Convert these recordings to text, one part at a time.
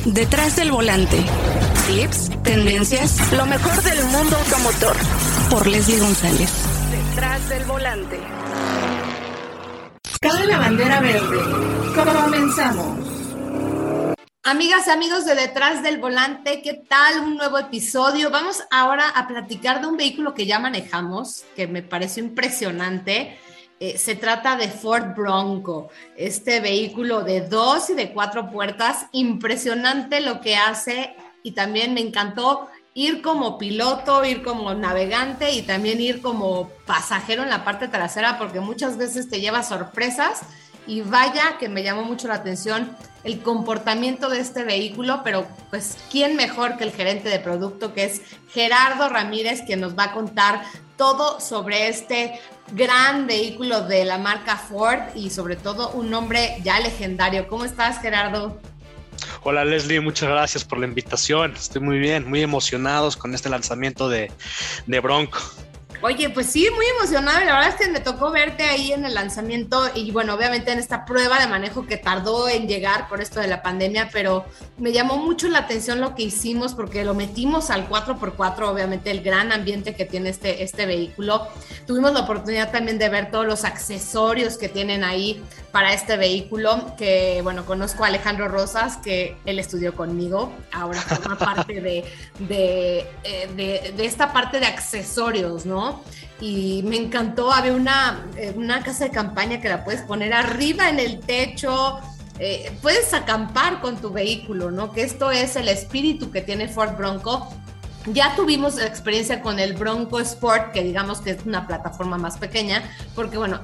Detrás del volante. Tips, tendencias, lo mejor del mundo automotor. Por Leslie González. Detrás del volante. Cabe la bandera verde. Comenzamos. Amigas y amigos de Detrás del Volante, ¿qué tal? Un nuevo episodio. Vamos ahora a platicar de un vehículo que ya manejamos, que me pareció impresionante. Se trata de Ford Bronco, este vehículo de 2 y de 4 puertas. Impresionante lo que hace, y también me encantó ir como piloto, ir como navegante y también ir como pasajero en la parte trasera, porque muchas veces te lleva sorpresas. Y vaya que me llamó mucho la atención el comportamiento de este vehículo, pero pues ¿quién mejor que el gerente de producto, que es Gerardo Ramírez, quien nos va a contar todo sobre este gran vehículo de la marca Ford y sobre todo un nombre ya legendario? ¿Cómo estás, Gerardo? Hola Leslie, muchas gracias por la invitación. Estoy muy bien, muy emocionados con este lanzamiento de Bronco. Oye, pues sí, muy emocionada. La verdad es que me tocó verte ahí en el lanzamiento y bueno, obviamente en esta prueba de manejo que tardó en llegar por esto de la pandemia, pero me llamó mucho la atención lo que hicimos porque lo metimos al 4x4, obviamente el gran ambiente que tiene este vehículo. Tuvimos la oportunidad también de ver todos los accesorios que tienen ahí para este vehículo, que bueno, conozco a Alejandro Rosas, que él estudió conmigo, ahora forma parte de esta parte de accesorios, ¿no? Y me encantó, había una casa de campaña que la puedes poner arriba en el techo, puedes acampar con tu vehículo, ¿no? Que esto es el espíritu que tiene Ford Bronco. Ya tuvimos experiencia con el Bronco Sport, que digamos que es una plataforma más pequeña, porque bueno,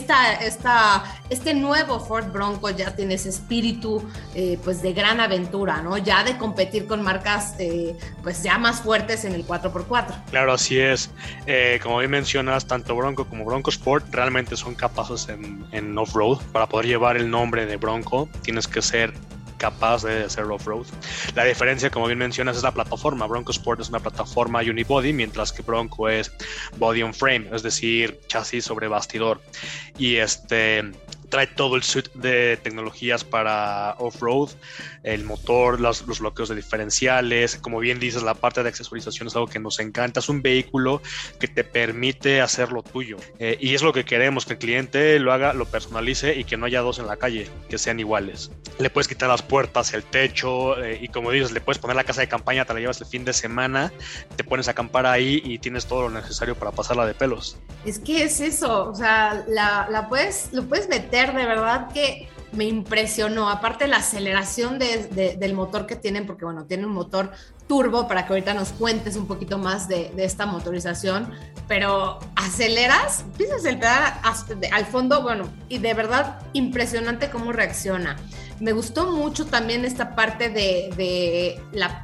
este nuevo Ford Bronco ya tiene ese espíritu pues de gran aventura, ¿no? Ya de competir con marcas pues ya más fuertes en el 4x4. Claro, así es. Como bien mencionas, tanto Bronco como Bronco Sport realmente son capaces en off-road. Para poder llevar el nombre de Bronco, tienes que ser capaz de hacer off-road. La diferencia, como bien mencionas, es la plataforma. Bronco Sport es una plataforma unibody, mientras que Bronco es body on frame, es decir, chasis sobre bastidor. Y trae todo el suite de tecnologías para off-road, el motor, los bloqueos de diferenciales, como bien dices, la parte de accesorización es algo que nos encanta. Es un vehículo que te permite hacer lo tuyo, y es lo que queremos, que el cliente lo haga, lo personalice y que no haya dos en la calle que sean iguales. Le puedes quitar las puertas, el techo, y como dices, le puedes poner la casa de campaña, te la llevas el fin de semana, te pones a acampar ahí y tienes todo lo necesario para pasarla de pelos. Es que es eso, o sea, lo puedes meter. De verdad que me impresionó, aparte la aceleración del motor que tienen, porque bueno, tiene un motor turbo, para que ahorita nos cuentes un poquito más de esta motorización, pero aceleras, pisas el pedal al fondo, bueno, y de verdad impresionante cómo reacciona. Me gustó mucho también esta parte del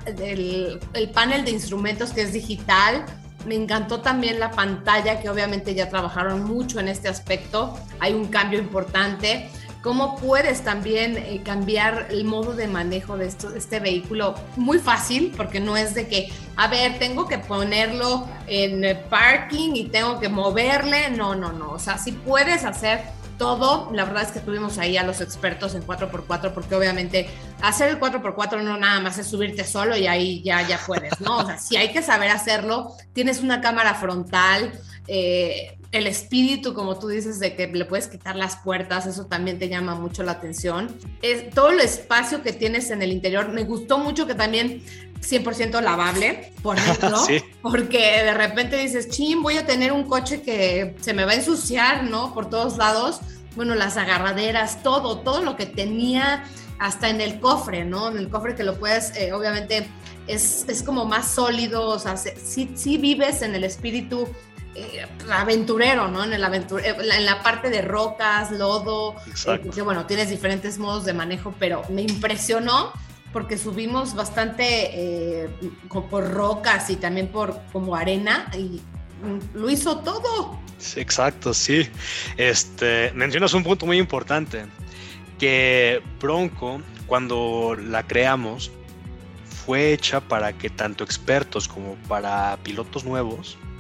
panel de instrumentos, que es digital. Me encantó también la pantalla, que obviamente ya trabajaron mucho en este aspecto. Hay un cambio importante. ¿Cómo puedes también cambiar el modo de manejo de este vehículo? Muy fácil, porque no es de que, a ver, tengo que ponerlo en parking y tengo que moverle. No. O sea, sí puedes hacer todo. La verdad es que tuvimos ahí a los expertos en 4x4, porque obviamente hacer el 4x4 no nada más es subirte solo y ahí ya puedes, ¿no? O sea, sí hay que saber hacerlo. Tienes una cámara frontal, el espíritu, como tú dices, de que le puedes quitar las puertas, eso también te llama mucho la atención. Todo el espacio que tienes en el interior. Me gustó mucho que también 100% lavable, por ejemplo, sí. Porque de repente dices, voy a tener un coche que se me va a ensuciar, ¿no? Por todos lados. Bueno, las agarraderas, todo lo que tenía, hasta en el cofre, ¿no? En el cofre, que lo puedes, obviamente, es como más sólido, o sea, sí vives en el espíritu aventurero, ¿no? En la parte de rocas, lodo, porque bueno, tienes diferentes modos de manejo, pero me impresionó porque subimos bastante por rocas y también por como arena, y lo hizo todo. Sí, exacto, sí. Mencionas un punto muy importante, que Bronco, cuando la creamos, fue hecha para que tanto expertos como para pilotos nuevos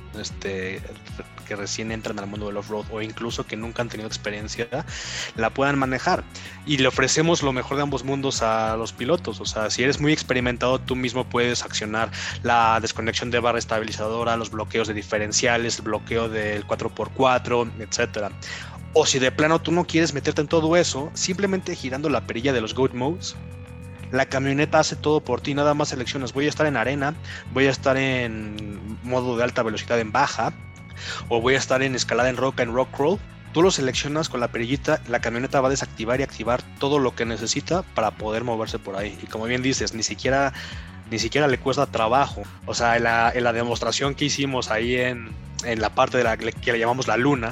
que recién entran al mundo del off-road o incluso que nunca han tenido experiencia, la puedan manejar. Y le ofrecemos lo mejor de ambos mundos a los pilotos. O sea, si eres muy experimentado, tú mismo puedes accionar la desconexión de barra estabilizadora, los bloqueos de diferenciales, el bloqueo del 4x4, etcétera. O si de plano tú no quieres meterte en todo eso, simplemente girando la perilla de los Goat Modes, la camioneta hace todo por ti. Nada más seleccionas: voy a estar en arena, voy a estar en modo de alta velocidad en baja, o voy a estar en escalada en roca, en rock crawl. Tú lo seleccionas con la perillita, la camioneta va a desactivar y activar todo lo que necesita para poder moverse por ahí. Y como bien dices, ni siquiera le cuesta trabajo. O sea, en la demostración que hicimos ahí en la parte de que le llamamos la luna,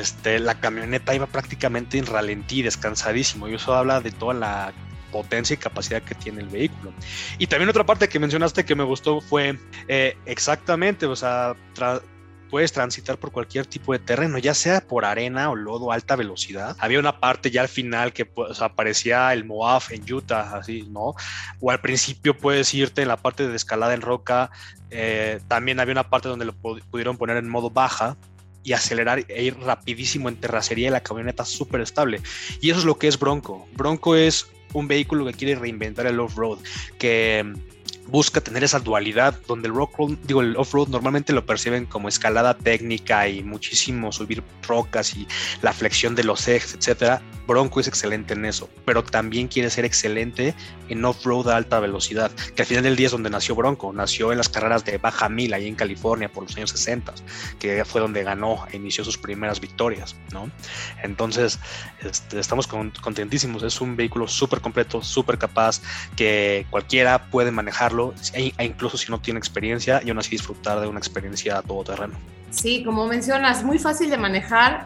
la camioneta iba prácticamente en ralentí, descansadísimo, y eso habla de toda la potencia y capacidad que tiene el vehículo. Y también otra parte que mencionaste que me gustó fue exactamente, o sea, puedes transitar por cualquier tipo de terreno, ya sea por arena o lodo a alta velocidad. Había una parte ya al final que parecía el Moab en Utah, así, ¿no? O al principio puedes irte en la parte de escalada en roca. También había una parte donde lo pudieron poner en modo baja y acelerar e ir rapidísimo en terracería, y la camioneta súper estable. Y eso es lo que es Bronco. Bronco es un vehículo que quiere reinventar el off-road, que busca tener esa dualidad donde el off-road normalmente lo perciben como escalada técnica y muchísimo subir rocas y la flexión de los ejes, etcétera. Bronco es excelente en eso, pero también quiere ser excelente en off-road a alta velocidad, que al final del día es donde nació Bronco. Nació en las carreras de Baja 1000 ahí en California por los años 60, que fue donde ganó e inició sus primeras victorias, ¿no? Entonces estamos contentísimos. Es un vehículo súper completo, súper capaz, que cualquiera puede manejarlo, e incluso si no tiene experiencia, y aún así disfrutar de una experiencia todoterreno. Sí, como mencionas, muy fácil de manejar.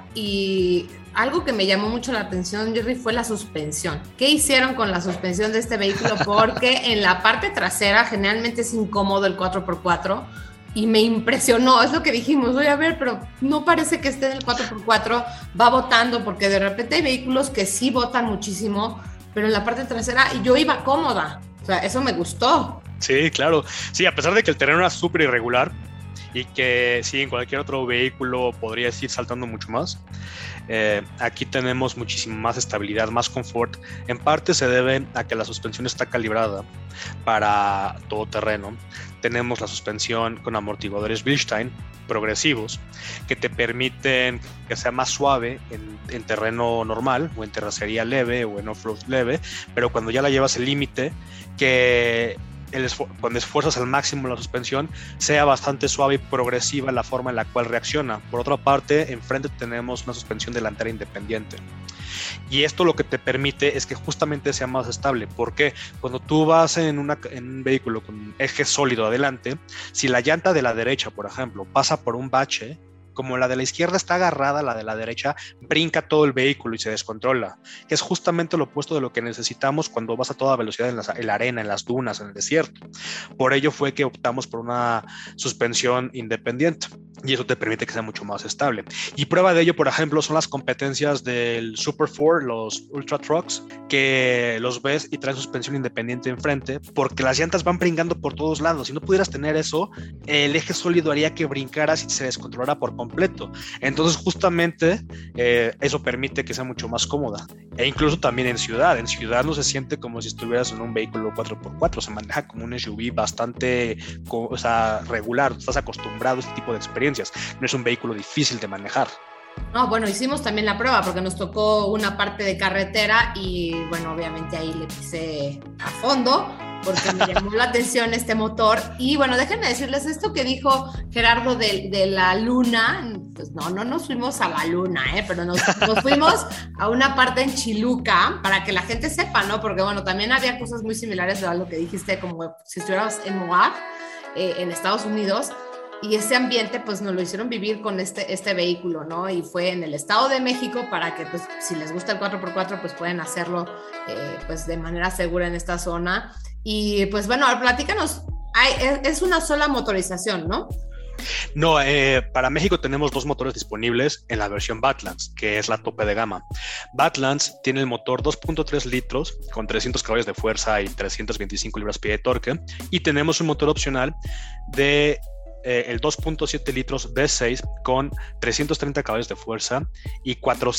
Y algo que me llamó mucho la atención, Jerry, fue la suspensión. ¿Qué hicieron con la suspensión de este vehículo? Porque en la parte trasera generalmente es incómodo el 4x4 y me impresionó. Es lo que dijimos, voy a ver, pero no parece que esté en el 4x4, va botando, porque de repente hay vehículos que sí botan muchísimo, pero en la parte trasera yo iba cómoda. O sea, eso me gustó. Sí, claro. Sí, a pesar de que el terreno era súper irregular y que sí, en cualquier otro vehículo podrías ir saltando mucho más, aquí tenemos muchísima más estabilidad, más confort. En parte se debe a que la suspensión está calibrada para todo terreno. Tenemos la suspensión con amortiguadores Bilstein progresivos que te permiten que sea más suave en terreno normal o en terracería leve o en off-road leve, pero cuando ya la llevas al límite, que cuando esfuerzas al máximo la suspensión, sea bastante suave y progresiva la forma en la cual reacciona. Por otra parte, enfrente tenemos una suspensión delantera independiente. Y esto lo que te permite es que justamente sea más estable, porque cuando tú vas en un vehículo con eje sólido adelante, si la llanta de la derecha, por ejemplo, pasa por un bache, como la de la izquierda está agarrada, la de la derecha brinca todo el vehículo y se descontrola, que es justamente lo opuesto de lo que necesitamos cuando vas a toda velocidad en la arena, en las dunas, en el desierto. Por ello fue que optamos por una suspensión independiente, y eso te permite que sea mucho más estable. Y prueba de ello, por ejemplo, son las competencias del Super 4, los Ultra Trucks, que los ves y traen suspensión independiente enfrente, porque las llantas van brincando por todos lados. Si no pudieras tener eso, el eje sólido haría que brincaras y se descontrolara por completo. Entonces justamente eso permite que sea mucho más cómoda. E incluso también en ciudad no se siente como si estuvieras en un vehículo 4x4, se maneja como un SUV bastante regular. Estás acostumbrado a este tipo de experiencias, no es un vehículo difícil de manejar. No, bueno, hicimos también la prueba porque nos tocó una parte de carretera y bueno, obviamente ahí le pisé a fondo porque me llamó la atención este motor. Y bueno, déjenme decirles esto que dijo Gerardo de la luna. Pues no nos fuimos a la luna, pero nos fuimos a una parte en Chiluca para que la gente sepa, ¿no? Porque bueno, también había cosas muy similares a lo que dijiste, como si estuviéramos en Moab, en Estados Unidos. Y ese ambiente pues nos lo hicieron vivir con este vehículo, ¿no? Y fue en el Estado de México para que pues si les gusta el 4x4 pues pueden hacerlo pues de manera segura en esta zona. Y pues bueno, platícanos, es una sola motorización, ¿no? No, para México tenemos 2 motores disponibles en la versión Badlands, que es la tope de gama. Badlands tiene el motor 2.3 litros con 300 caballos de fuerza y 325 libras-pie de torque, y tenemos un motor opcional de el 2.7 litros V6 con 330 caballos de fuerza y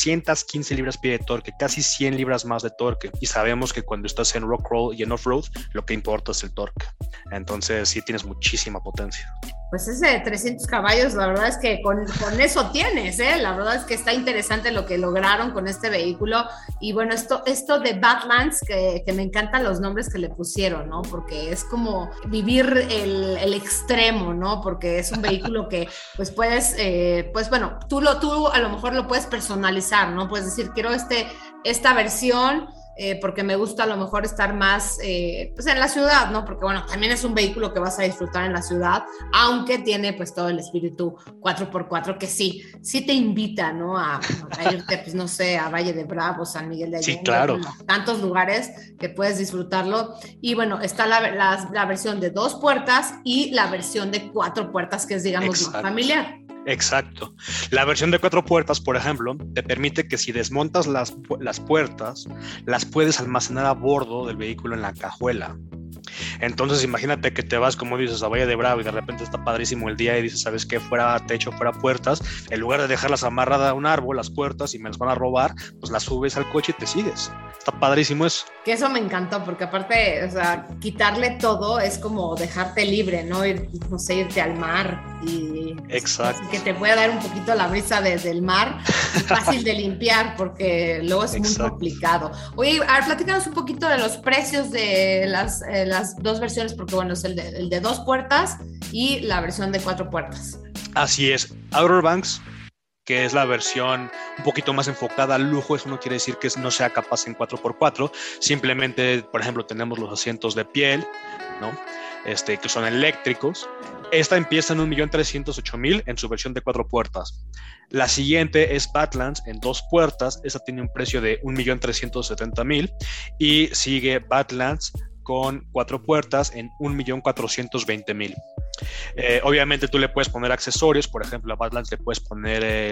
415 libras-pie de torque, casi 100 libras más de torque. Y sabemos que cuando estás en rock roll y en off-road, lo que importa es el torque. Entonces sí tienes muchísima potencia. Pues ese de 300 caballos, la verdad es que con eso tienes, ¿eh? La verdad es que está interesante lo que lograron con este vehículo. Y bueno, esto de Badlands, que me encantan los nombres que le pusieron, ¿no? Porque es como vivir el extremo, ¿no? Porque es un vehículo que pues puedes, pues bueno, tú a lo mejor lo puedes personalizar, ¿no? Puedes decir, quiero esta versión, porque me gusta a lo mejor estar más pues en la ciudad, ¿no? Porque bueno, también es un vehículo que vas a disfrutar en la ciudad, aunque tiene pues todo el espíritu 4x4 que sí te invita, ¿no? A irte, pues no sé, a Valle de Bravo, San Miguel de Allende. Sí, claro. Tantos lugares que puedes disfrutarlo. Y bueno, está la versión de 2 puertas y la versión de 4 puertas, que es, digamos, más familiar. Exacto. La versión de 4 puertas, por ejemplo, te permite que si desmontas las puertas, las puedes almacenar a bordo del vehículo en la cajuela. Entonces imagínate que te vas, como dices, a Valle de Bravo y de repente está padrísimo el día y dices, ¿sabes qué? Fuera techo, fuera puertas, en lugar de dejarlas amarradas a un árbol, las puertas, y me las van a robar, pues las subes al coche y te sigues. Está padrísimo eso. Que eso me encantó, porque aparte, o sea, quitarle todo es como dejarte libre, ¿no? No sé, irte al mar y... Exacto. Que te pueda dar un poquito la brisa del mar, fácil de limpiar, porque luego es muy complicado. Oye, a ver, platícanos un poquito de los precios de las 2 versiones, porque bueno, es el de 2 puertas y la versión de 4 puertas. Así es. Outer Banks, que es la versión un poquito más enfocada al lujo, eso no quiere decir que no sea capaz en 4x4, simplemente, por ejemplo, tenemos los asientos de piel, ¿no? Que son eléctricos. Esta empieza en 1.308.000 en su versión de 4 puertas. La siguiente es Badlands en 2 puertas, esta tiene un precio de 1.370.000 y sigue Badlands con 4 puertas en 1.420.000. Obviamente tú le puedes poner accesorios, por ejemplo a Badlands le puedes poner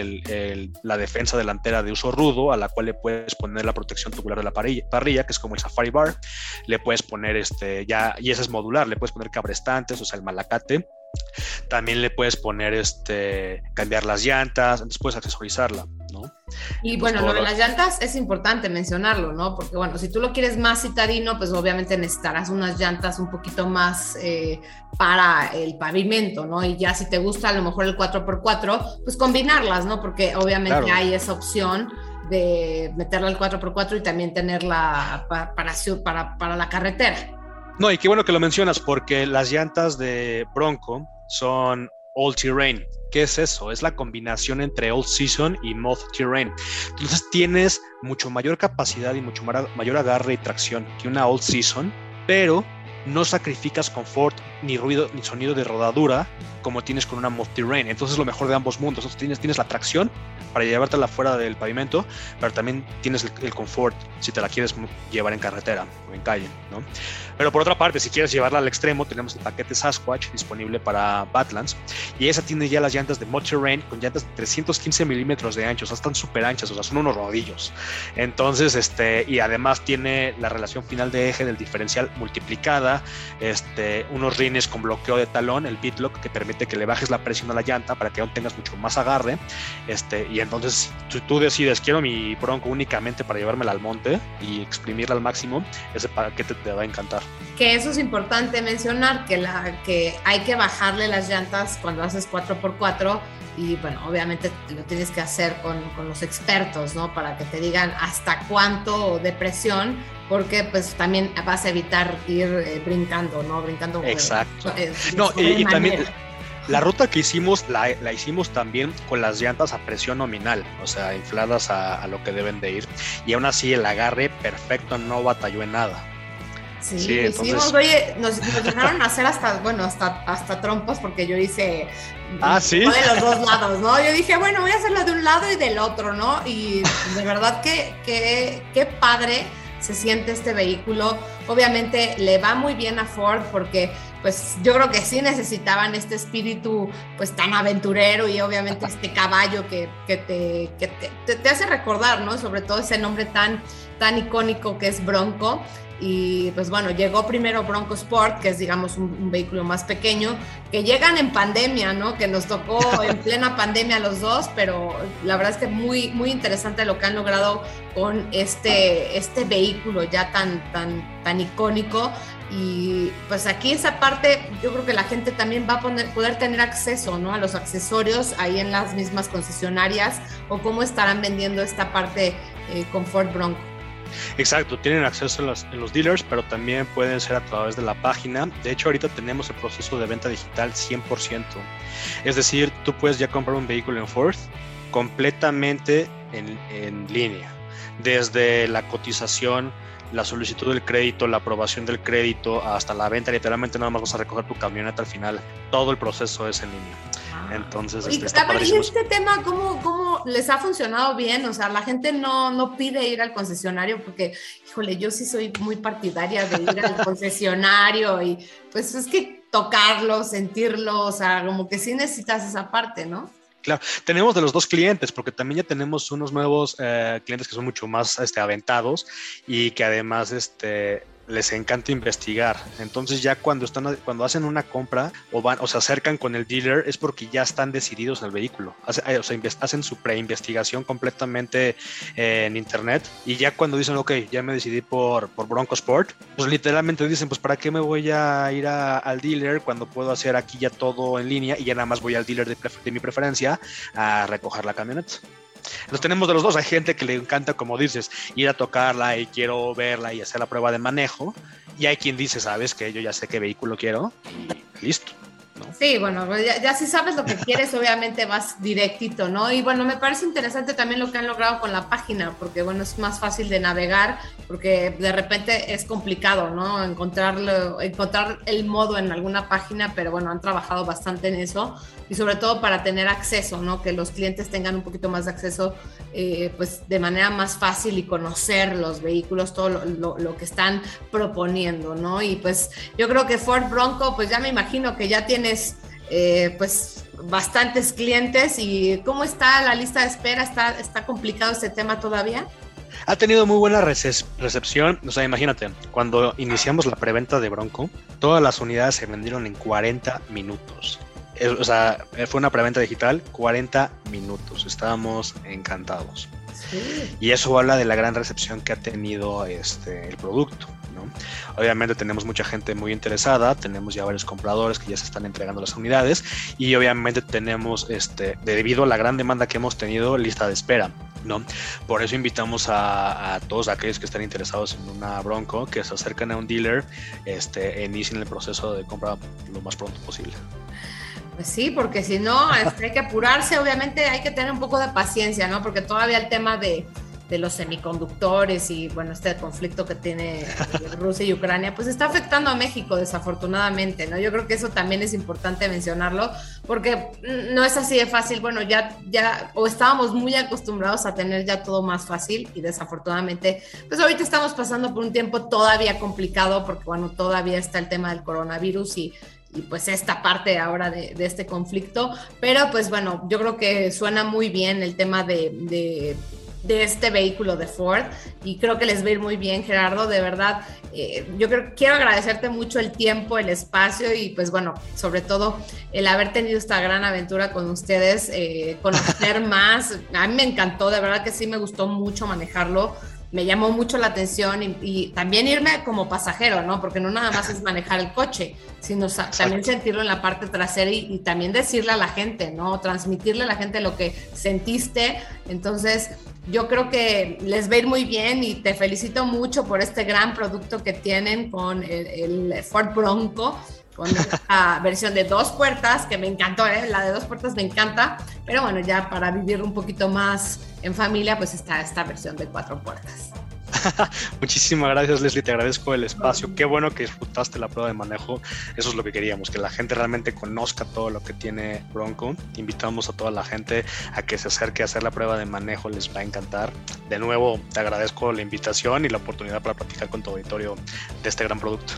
la defensa delantera de uso rudo, a la cual le puedes poner la protección tubular de la parrilla, que es como el Safari Bar. Le puedes poner y ese es modular, le puedes poner cabrestantes, o sea el malacate. También le puedes poner cambiar las llantas, entonces puedes accesorizarla, ¿no? Y bueno, lo de las llantas es importante mencionarlo, ¿no? Porque bueno, si tú lo quieres más citadino, pues obviamente necesitarás unas llantas un poquito más para el pavimento, ¿no? Y ya si te gusta a lo mejor el 4x4, pues combinarlas, ¿no? Porque obviamente hay esa opción de meterla al 4x4 y también tenerla para la carretera. No, y qué bueno que lo mencionas, porque las llantas de Bronco son All Terrain. ¿Qué es eso? Es la combinación entre All Season y Mod Terrain. Entonces tienes mucho mayor capacidad y mucho mayor agarre y tracción que una All Season, pero no sacrificas confort, ni ruido, ni sonido de rodadura como tienes con una Mod Terrain. Entonces lo mejor de ambos mundos. Entonces tienes la tracción para llevártela fuera del pavimento, pero también tienes el confort si te la quieres llevar en carretera o en calle, ¿no? Pero por otra parte, si quieres llevarla al extremo, tenemos el paquete Sasquatch disponible para Badlands, y esa tiene ya las llantas de Mod Terrain con llantas de 315 milímetros de ancho, o sea, están súper anchas, o sea, son unos rodillos. Entonces, y además tiene la relación final de eje del diferencial multiplicada, unos rines con bloqueo de talón, el Bitlock, que permite que le bajes la presión a la llanta para que aún tengas mucho más agarre, y entonces si tú decides, quiero mi Bronco únicamente para llevármela al monte y exprimirla al máximo, ese paquete te va a encantar. Que eso es importante mencionar, que hay que bajarle las llantas cuando haces 4x4 y bueno, obviamente lo tienes que hacer con los expertos, ¿no? Para que te digan hasta cuánto de presión, porque pues también vas a evitar ir brincando, ¿no? Brincando. Exacto. No, y también la ruta que hicimos, la hicimos también con las llantas a presión nominal, o sea, infladas a lo que deben de ir, y aún así el agarre perfecto, no batalló en nada. Sí, entonces... oye, nos dejaron hacer hasta trompas, porque yo hice ¿sí? de los dos lados, ¿no? Yo dije, bueno, voy a hacerlo de un lado y del otro, ¿no? Y de verdad que padre se siente este vehículo. Obviamente le va muy bien a Ford, porque pues yo creo que sí necesitaban este espíritu pues tan aventurero, y obviamente este caballo que te hace recordar, ¿no? Sobre todo ese nombre tan icónico que es Bronco. y pues bueno, llegó primero Bronco Sport, que es digamos un vehículo más pequeño, que llegan en pandemia, ¿no? Que nos tocó en plena pandemia los dos, pero la verdad es que muy, muy interesante lo que han logrado con este vehículo ya tan icónico. Y pues aquí esa parte yo creo que la gente también va a poder tener acceso, ¿no? A los accesorios ahí en las mismas concesionarias, o cómo estarán vendiendo esta parte con Ford Bronco. Exacto, tienen acceso en los dealers, pero también pueden ser a través de la página. De hecho, ahorita tenemos el proceso de venta digital 100%. Es decir, tú puedes ya comprar un vehículo en Ford completamente en línea. Desde la cotización, la solicitud del crédito, la aprobación del crédito, hasta la venta, literalmente nada más vas a recoger tu camioneta al final. Todo el proceso es en línea. Entonces, está padrísimo. ¿Y este tema cómo les ha funcionado bien? O sea, la gente no pide ir al concesionario porque, híjole, yo sí soy muy partidaria de ir al concesionario y pues es que tocarlo, sentirlo, o sea, como que sí necesitas esa parte, ¿no? Claro, tenemos de los dos clientes, porque también ya tenemos unos nuevos clientes que son mucho más aventados y que además les encanta investigar. Entonces ya cuando hacen una compra o se acercan con el dealer es porque ya están decididos en el vehículo. Hacen su preinvestigación completamente en internet, y ya cuando dicen, ok, ya me decidí por Bronco Sport, pues literalmente dicen, pues ¿para qué me voy a ir al dealer cuando puedo hacer aquí ya todo en línea y ya nada más voy al dealer de mi preferencia a recoger la camioneta? Entonces tenemos de los dos. Hay gente que le encanta, como dices, ir a tocarla y quiero verla y hacer la prueba de manejo, y hay quien dice, sabes que yo ya sé qué vehículo quiero y listo, ¿no? Sí, bueno, ya si sabes lo que quieres, obviamente vas directito, ¿no? Y bueno, me parece interesante también lo que han logrado con la página, porque bueno, es más fácil de navegar, porque de repente es complicado, ¿no? Encontrar el modo en alguna página, pero bueno, han trabajado bastante en eso, y sobre todo para tener acceso, ¿no? Que los clientes tengan un poquito más de acceso, pues de manera más fácil, y conocer los vehículos, todo lo que están proponiendo, ¿no? Y pues yo creo que Ford Bronco, pues ya me imagino que ya tienes pues bastantes clientes. ¿Y cómo está la lista de espera? ¿Está complicado este tema todavía? Ha tenido muy buena recepción. O sea, imagínate, cuando iniciamos la preventa de Bronco, todas las unidades se vendieron en 40 minutos. O sea, fue una preventa digital, 40 minutos. Estábamos encantados. Sí. Y eso habla de la gran recepción que ha tenido el producto, ¿no? Obviamente tenemos mucha gente muy interesada, tenemos ya varios compradores que ya se están entregando las unidades, y obviamente tenemos, debido a la gran demanda que hemos tenido, lista de espera, ¿no? Por eso invitamos a todos aquellos que están interesados en una Bronco, que se acerquen a un dealer, inicien el proceso de compra lo más pronto posible. Pues sí, porque si no, hay que apurarse. Obviamente hay que tener un poco de paciencia, ¿no? Porque todavía el tema de los semiconductores y, bueno, este conflicto que tiene Rusia y Ucrania, pues está afectando a México, desafortunadamente, ¿no? Yo creo que eso también es importante mencionarlo, porque no es así de fácil. Bueno, ya o estábamos muy acostumbrados a tener ya todo más fácil, y desafortunadamente, pues ahorita estamos pasando por un tiempo todavía complicado, porque, bueno, todavía está el tema del coronavirus y pues esta parte ahora de este conflicto, pero pues bueno, yo creo que suena muy bien el tema de este vehículo de Ford, y creo que les va a ir muy bien, Gerardo, de verdad. Quiero agradecerte mucho el tiempo, el espacio, y pues bueno, sobre todo el haber tenido esta gran aventura con ustedes, conocer más. A mí me encantó, de verdad que sí, me gustó mucho manejarlo. Me llamó mucho la atención, y también irme como pasajero, ¿no? Porque no nada más es manejar el coche, sino también sentirlo en la parte trasera, y también decirle a la gente, ¿no? Transmitirle a la gente lo que sentiste. Entonces, yo creo que les va a ir muy bien, y te felicito mucho por este gran producto que tienen con el Ford Bronco, con esta versión de 2 puertas, que me encantó, la de 2 puertas me encanta, pero bueno, ya para vivir un poquito más en familia, pues está esta versión de 4 puertas. Muchísimas gracias, Leslie, te agradezco el espacio. Qué bueno que disfrutaste la prueba de manejo. Eso es lo que queríamos, que la gente realmente conozca todo lo que tiene Bronco. Invitamos a toda la gente a que se acerque a hacer la prueba de manejo, les va a encantar. De nuevo, te agradezco la invitación y la oportunidad para platicar con tu auditorio de este gran producto.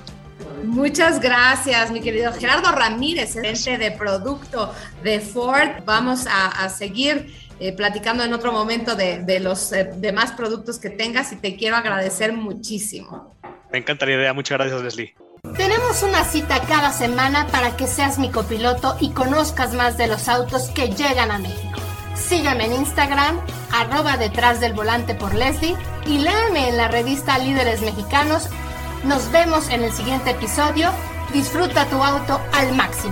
Muchas gracias, mi querido Gerardo Ramírez, gerente de producto de Ford. Vamos a seguir platicando en otro momento de los demás productos que tengas, y te quiero agradecer muchísimo. Me encanta la idea. Muchas gracias, Leslie. Tenemos una cita cada semana para que seas mi copiloto y conozcas más de los autos que llegan a México. Sígueme en Instagram, @detrás del volante por Leslie, y léeme en la revista Líderes Mexicanos. Nos vemos en el siguiente episodio. Disfruta tu auto al máximo.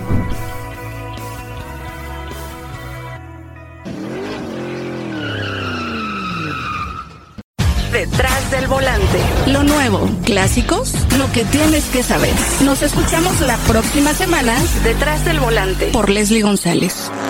Detrás del volante. Lo nuevo, clásicos, lo que tienes que saber. Nos escuchamos la próxima semana. Detrás del volante por Leslie González.